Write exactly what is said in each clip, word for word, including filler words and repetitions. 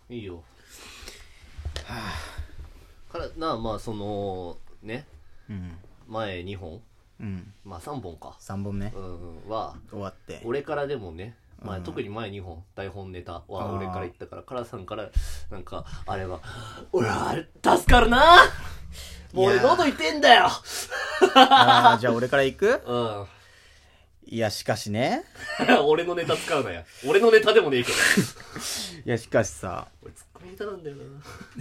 いいよ。はあ、からなあ、まあそのね、うん、前にほん、うん、まあさんぼんか、 さんぼんめ、 うん、は終わって、 俺からでもね、まあ、特に前にほん台本ネタは俺から言ったから、カラさんからなんかあれは俺は助かるな、もう俺喉痛えんだよあじゃあ俺から行く。 うん。 いやしかしね俺のネタ使うなや。俺のネタでもねえけどいやしかしさ、 俺ツッコミネタなんだよな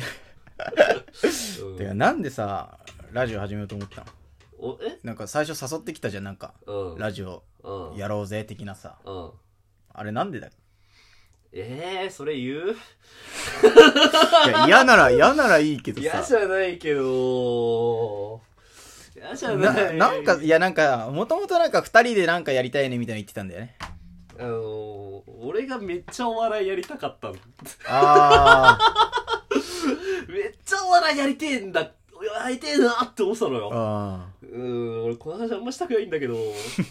うん、てかなんでさラジオ始めようと思ったの。 おえなんか最初誘ってきたじゃん、なんか、うん、ラジオやろうぜ的なさ、うん、あれなんでだっけ。 えー、それ言ういや嫌なら嫌ならいいけどさ。 嫌じゃないけど嫌じゃないな。なんかいやなんかもともとなんかふたりでなんかやりたいねみたいな言ってたんだよね。 あのー、俺がめっちゃお笑いやりたかったの。 あめっちゃお笑いやりてえんだ、やりてえなって思ってたのよ。あうん俺この話あんましたくないんだけど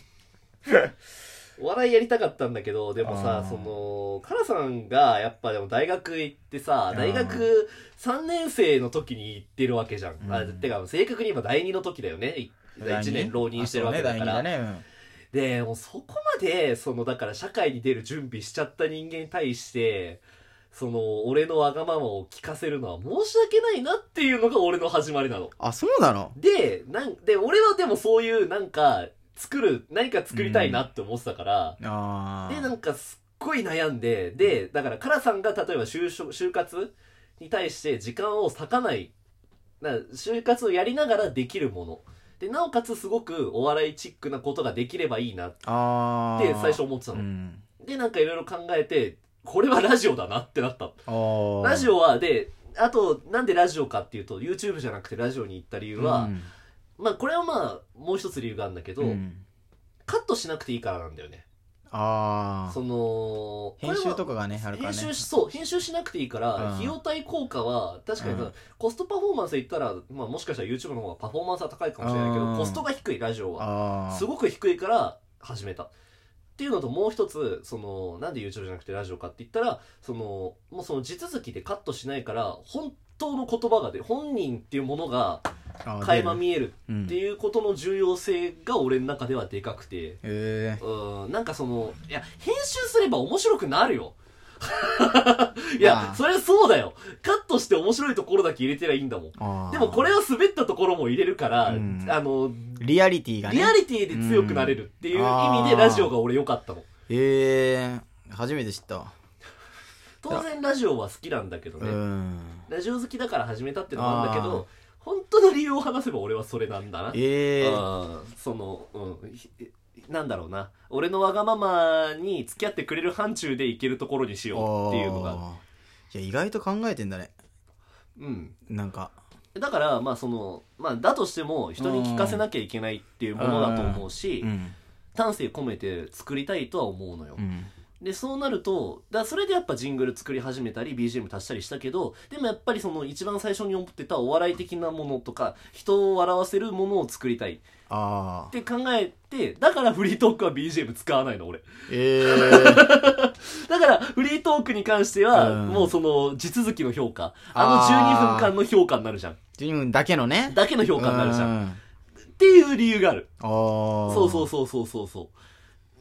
お笑いやりたかったんだけど、でもさ、そのカラさんがやっぱでも大学行ってさ、大学さんねん生の時に行ってるわけじゃん、うん、あてか正確に今だいにの時だよね。いちねん浪人してるわけだから、ねねうん、でもうそこまでそのだから社会に出る準備しちゃった人間に対してその俺のわがままを聞かせるのは申し訳ないなっていうのが俺の始まりなの。 あ、そうなの。 でなんで俺はでもそういうなんか作る何か作りたいなって思ってたから、うん、あでなんかすっごい悩んで、でだからカラさんが例えば就職就活に対して時間を割かないな、就活をやりながらできるもので、なおかつすごくお笑いチックなことができればいいなって最初思ってたの、うん、でなんかいろいろ考えてこれはラジオだなってなった。ラジオはで、あとなんでラジオかっていうと YouTube じゃなくてラジオに行った理由は、うん、まあこれはまあもう一つ理由があるんだけど、うん、カットしなくていいからなんだよね。あその編集とかがねあるからね。 編集そう編集しなくていいから、うん、費用対効果は確かに、うん、コストパフォーマンスで言ったら、まあ、もしかしたら YouTube の方がパフォーマンスは高いかもしれないけどコストが低い。ラジオはすごく低いから始めたっていうのと、もう一つそのなんで YouTube じゃなくてラジオかって言ったら、そのもうその地続きでカットしないから本当の言葉が出る、本人っていうものが垣間見えるっていうことの重要性が俺の中ではでかくて、うんうん、なんかそのいや編集すれば面白くなるよいやそれはそうだよ、カットして面白いところだけ入れてりゃいいんだもん。でもこれは滑ったところも入れるから、うん、あのリアリティがね、 リアリティで強くなれるっていう意味でラジオが俺良かったの。 へえー、初めて知ったわ。 当然ラジオは好きなんだけどね、うん、ラジオ好きだから始めたっていうのもあるんだけど、本当の理由を話せば俺はそれなんだな。ええー、その、うん、なんだろうな、俺のわがままに付き合ってくれる範疇でいけるところにしようっていうのが。 いや意外と考えてんだね。うんなんかだからまあそのまあだとしても人に聞かせなきゃいけないっていうものだと思うし、うん、丹精込めて作りたいとは思うのよ、うん、でそうなるとだそれでやっぱジングル作り始めたり ビージーエム 足したりしたけど、でもやっぱりその一番最初に思ってたお笑い的なものとか人を笑わせるものを作りたいって考えて、だからフリートークは ビージーエム 使わないの俺。えー、だからフリートークに関しては、うん、もうその地続きの評価、あのじゅうにふんかんの評価になるじゃん。 じゅうにふんだけのね。 だけの評価になるじゃん。うん、っていう理由がある。あそうそうそうそうそうそう。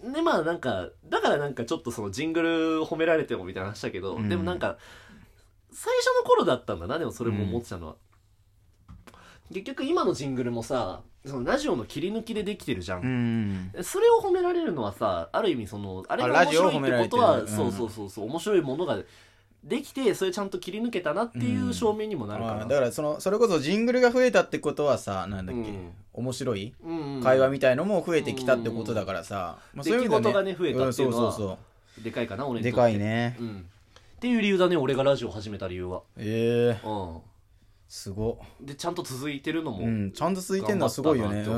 でまあなんかだからなんかちょっとそのジングル褒められてもみたいな話だけど、うん、でもなんか最初の頃だったんだな。でもそれも思ってたのは、うん、結局今のジングルもさそのラジオの切り抜きでできてるじゃん、うん、それを褒められるのはさある意味そのあれが面白いってことは、うん、そうそうそうそう面白いものができてそれちゃんと切り抜けたなっていう証明にもなるから、 うん、だからそのそれこそジングルが増えたってことはさなんだっけ、うん、面白い、うんうん、会話みたいのも増えてきたってことだからさ、 うんうんまあ、そういう出来事がね増えたっていうのは、うん、そうそうそうでかいかな俺にとって。 でかいね、 うん、っていう理由だね俺がラジオ始めた理由は。ええー、うんすごでちゃんと続いてるのも、 うん、ちゃんと続いてるのはすごいよね、うん、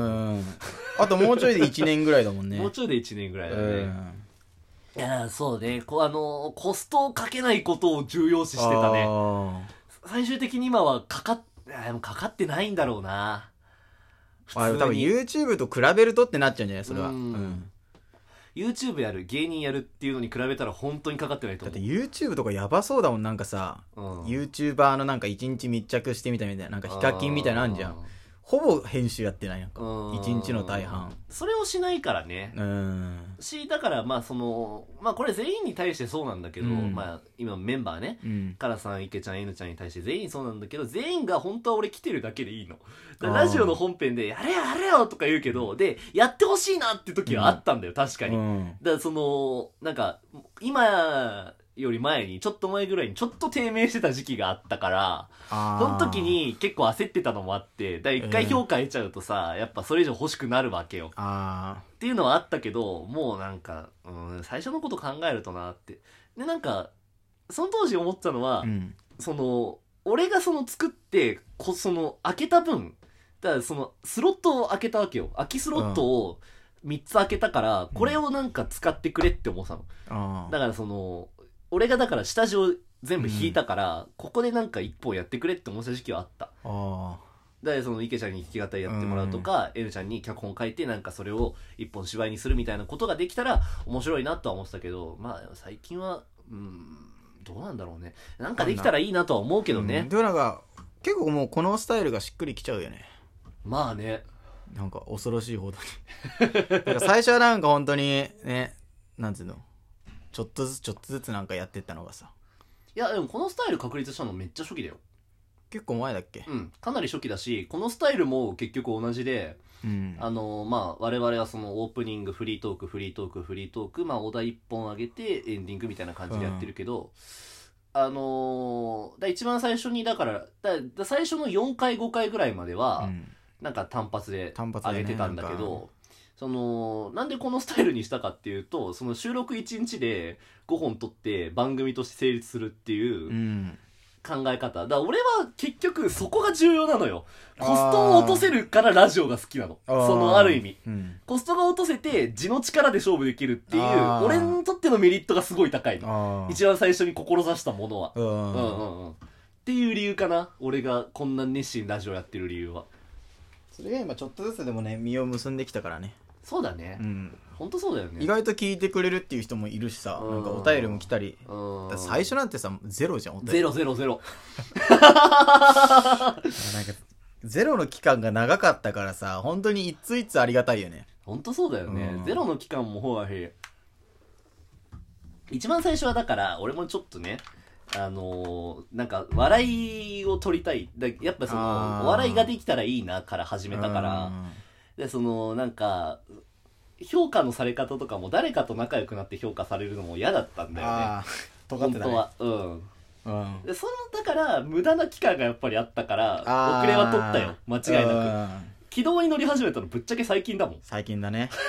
あともうちょいでいちねんぐらいだもんねもうちょいでいちねんぐらいだね、うん、いやそうねこうあのコストをかけないことを重要視してたね。最終的に今はかかっいやでもかかってないんだろうな普通に。あ多分 YouTube と比べるとってなっちゃうんじゃないそれは、うん、うん、 YouTube やる芸人やるっていうのに比べたら本当にかかってないと思う。 だって YouTube とかやばそうだもん。なんかさ、うん、YouTuber のなんか一日密着してみたいみたいな、なんかヒカキンみたいなのあんじゃん。ほぼ編集やってないやんか、一日の大半。 それをしないからね。うんしだからまあそのまあこれ全員に対してそうなんだけど、うん、まあ今メンバーね、うん、カラさん、池ちゃん、N ちゃんに対して全員そうなんだけど、全員が本当は俺来てるだけでいいの。ラジオの本編でやれよやれよとか言うけど、でやってほしいなって時はあったんだよ、うん、確かに、うん、だからそのなんか今より前にちょっと前ぐらいにちょっと低迷してた時期があったから、その時に結構焦ってたのもあって、だから一回評価得ちゃうとさ、やっぱそれ以上欲しくなるわけよっていうのはあったけど、もうなんか、うん、最初のこと考えるとなって。でなんかその当時思ったのは、うん、その俺がその作ってこその開けた分、だからそのスロットを開けたわけよ。空きスロットをみっつ開けたから、これをなんか使ってくれって思ったの、うん、だからその俺がだから下地を全部引いたから、うん、ここでなんか一本やってくれって思った時期はあった。あだからその池ちゃんに弾き語りやってもらうとか、うん、N ちゃんに脚本書いてなんかそれを一本芝居にするみたいなことができたら面白いなとは思ってたけど、まあ最近はうんどうなんだろうね。なんかできたらいいなとは思うけどね。 うん、でもなんか結構もうこのスタイルがしっくりきちゃうよね。 まあね。 なんか恐ろしいほどに。だから最初はなんか本当にね、なんていうの。ちょっとずつちょっとずつなんかやってったのがさ。 いやでもこのスタイル確立したのめっちゃ初期だよ。 結構前だっけ。 うんかなり初期だし、このスタイルも結局同じで、うん、あのまあ我々はそのオープニングフリートークフリートークフリートークまあお題いっぽんあげてエンディングみたいな感じでやってるけど、うん、あのー、だ一番最初にだからだだ最初のよんかいごかいぐらいまでは、うん、なんか単発で上げてたんだけど、そのなんでこのスタイルにしたかっていうと、その収録いちにちでごほん撮って番組として成立するっていう考え方、だから俺は結局そこが重要なのよ。コストを落とせるからラジオが好きなの。そのある意味、うん、コストが落とせて地の力で勝負できるっていう俺にとってのメリットがすごい高いの。一番最初に志したものは、うんうんうん、っていう理由かな。俺がこんな熱心ラジオやってる理由は。 それが今ちょっとずつでもね実を結んできたからね。 そうだね、うん、ほんとそうだよね。 意外と聞いてくれるっていう人もいるしさ、なんかお便りも来たり、だ最初なんてさゼロじゃん。お便りゼロゼロゼロなんかゼロの期間が長かったからさ、本当に一通一通ありがたいよね。 ほんとそうだよね、うん、ゼロの期間もほうがへ一番最初はだから俺もちょっとねあのー、なんか笑いを取りたいだ、やっぱそのお笑いができたらいいなから始めたから、でそのなんか評価のされ方とかも誰かと仲良くなって評価されるのも嫌だったんだよね。あ尖ってたね、本当は。うん、うん、でそのだから無駄な期間がやっぱりあったから遅れは取ったよ間違いなく。軌道に乗り始めたのぶっちゃけ最近だもん。 最近だね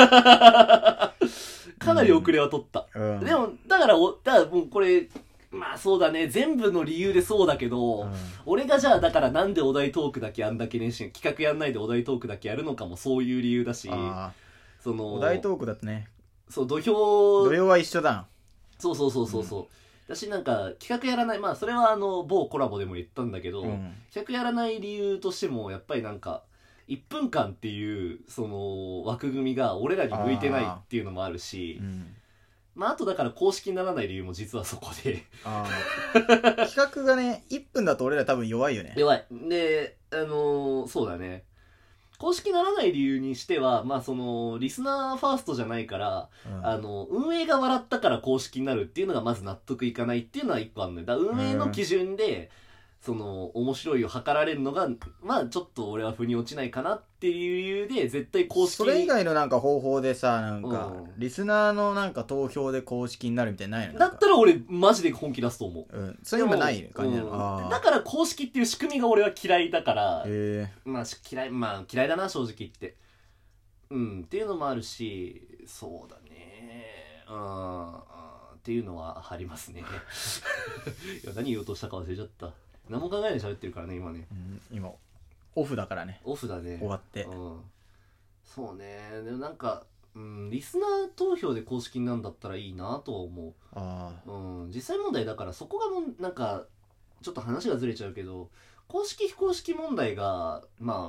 かなり遅れは取った、うん、でもだからおだからもうこれまあそうだね全部の理由でそうだけど、うん、俺がじゃあだからなんでお題トークだけあんだけ熱心企画やんないでお題トークだけやるのかもそういう理由だし、そのお題トークだとね、 そう土俵土俵は一緒だ。 そうそうそうそうそう、うん、だしなんか企画やらない、まあそれはあの某コラボでも言ったんだけど、うん、企画やらない理由としてもやっぱりなんかいっぷんかんっていうその枠組みが俺らに向いてないっていうのもあるし、あ、うん、まあ、あとだから公式にならない理由も実はそこであ企画がねいっぷんだと俺ら多分弱いよね。 弱いで、あのー、そうだね、公式ならない理由にしてはまあそのリスナーファーストじゃないから、うん、あの運営が笑ったから公式になるっていうのがまず納得いかないっていうのは一個あるのよ。だから運営の基準で、うんその面白いを図られるのがまあちょっと俺は腑に落ちないかなっていう理由で絶対公式それ以外のなんか方法でさなんか、うん、リスナーのなんか投票で公式になるみたいなないの？ だったら俺マジで本気出すと思う、 うん、そういうのがない感じなの、うん、だから公式っていう仕組みが俺は嫌いだからへまあ嫌いまあ嫌いだな正直言ってうんっていうのもあるしそうだねうんっていうのはありますねいや何言おうとしたか忘れちゃった。何も考えないで喋ってるからね今ね、 うん、今オフだからね。 オフだね終わって、 うん、そうね。でもなんか、うん、リスナー投票で公式になんだったらいいなとは思う。あ、うん、実際問題だからそこがもうなんかちょっと話がずれちゃうけど公式非公式問題がまあ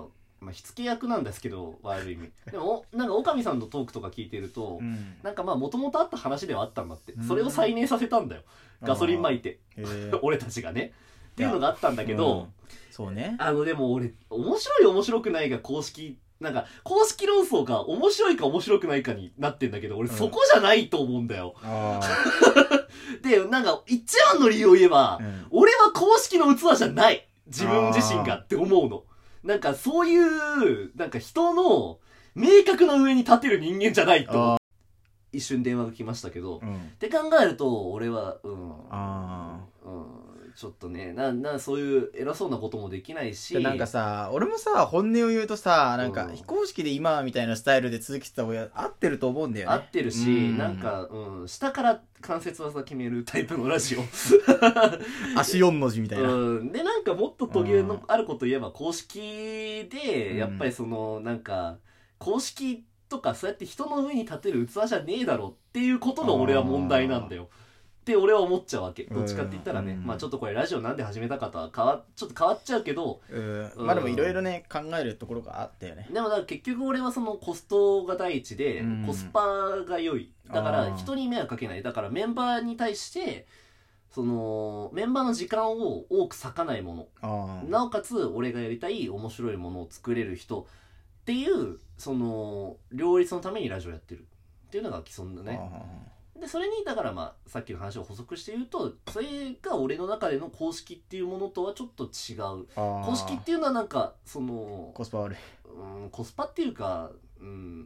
まあ、火付け役なんですけど悪い意味でもなんかおかみさんのトークとか聞いてると、うん、なんかまあもともとあった話ではあったんだって、うん、それを再燃させたんだよ、ガソリン撒いて俺たちがねっていうのがあったんだけど、うん、 そうね、 あのでも俺面白い面白くないが公式なんか公式論争が面白いか面白くないかになってんだけど俺そこじゃないと思うんだよ、うん、でなんか一番の理由を言えば、うん、俺は公式の器じゃない自分自身がって思うの。なんかそういうなんか人の明確な上に立てる人間じゃないと一瞬電話が来ましたけど、うん、って考えると俺はうん、あ、うん、ちょっとねななそういう偉そうなこともできないし、 なんかさ俺もさ本音を言うとさなんか非公式で今みたいなスタイルで続けてた方が合ってると思うんだよね。 合ってるし、うん、なんか、うん、下から関節技決めるタイプのラジオ足よんの字みたいな、 うん、でなんかもっと途切れのあること言えば公式でやっぱりそのなんか公式とかそうやって人の上に立てる器じゃねえだろっていうことの俺は問題なんだよって俺は思っちゃうわけ。どっちかって言ったらね、まあちょっとこれラジオなんで始めたかとは変わちょっと変わっちゃうけど、 うんまあでもいろいろね考えるところがあったよね。 でもだから結局俺はそのコストが第一で、コスパが良いだから人に迷惑かけない、だからメンバーに対してそのメンバーの時間を多く割かないもの、なおかつ俺がやりたい面白いものを作れる人っていうその両立のためにラジオやってるっていうのが基礎だね。でそれにだからまあさっきの話を補足して言うとそれが俺の中での公式っていうものとはちょっと違う。公式っていうのはなんかそのコスパ悪い、 うん、コスパっていうか、うん、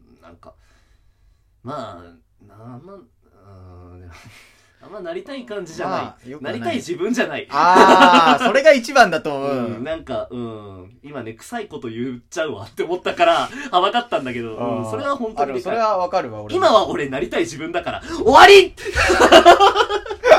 なんかまあなまあ、うん、あんまなりたい感じじゃない、まあ、なりたい自分じゃない。 ああそれが一番だと思う、 うん、なんか、うん、今ね臭いこと言っちゃうわって思ったからはばかったんだけど、うん、それは本当にそれはわかるわ俺。 今は俺なりたい自分だから終わり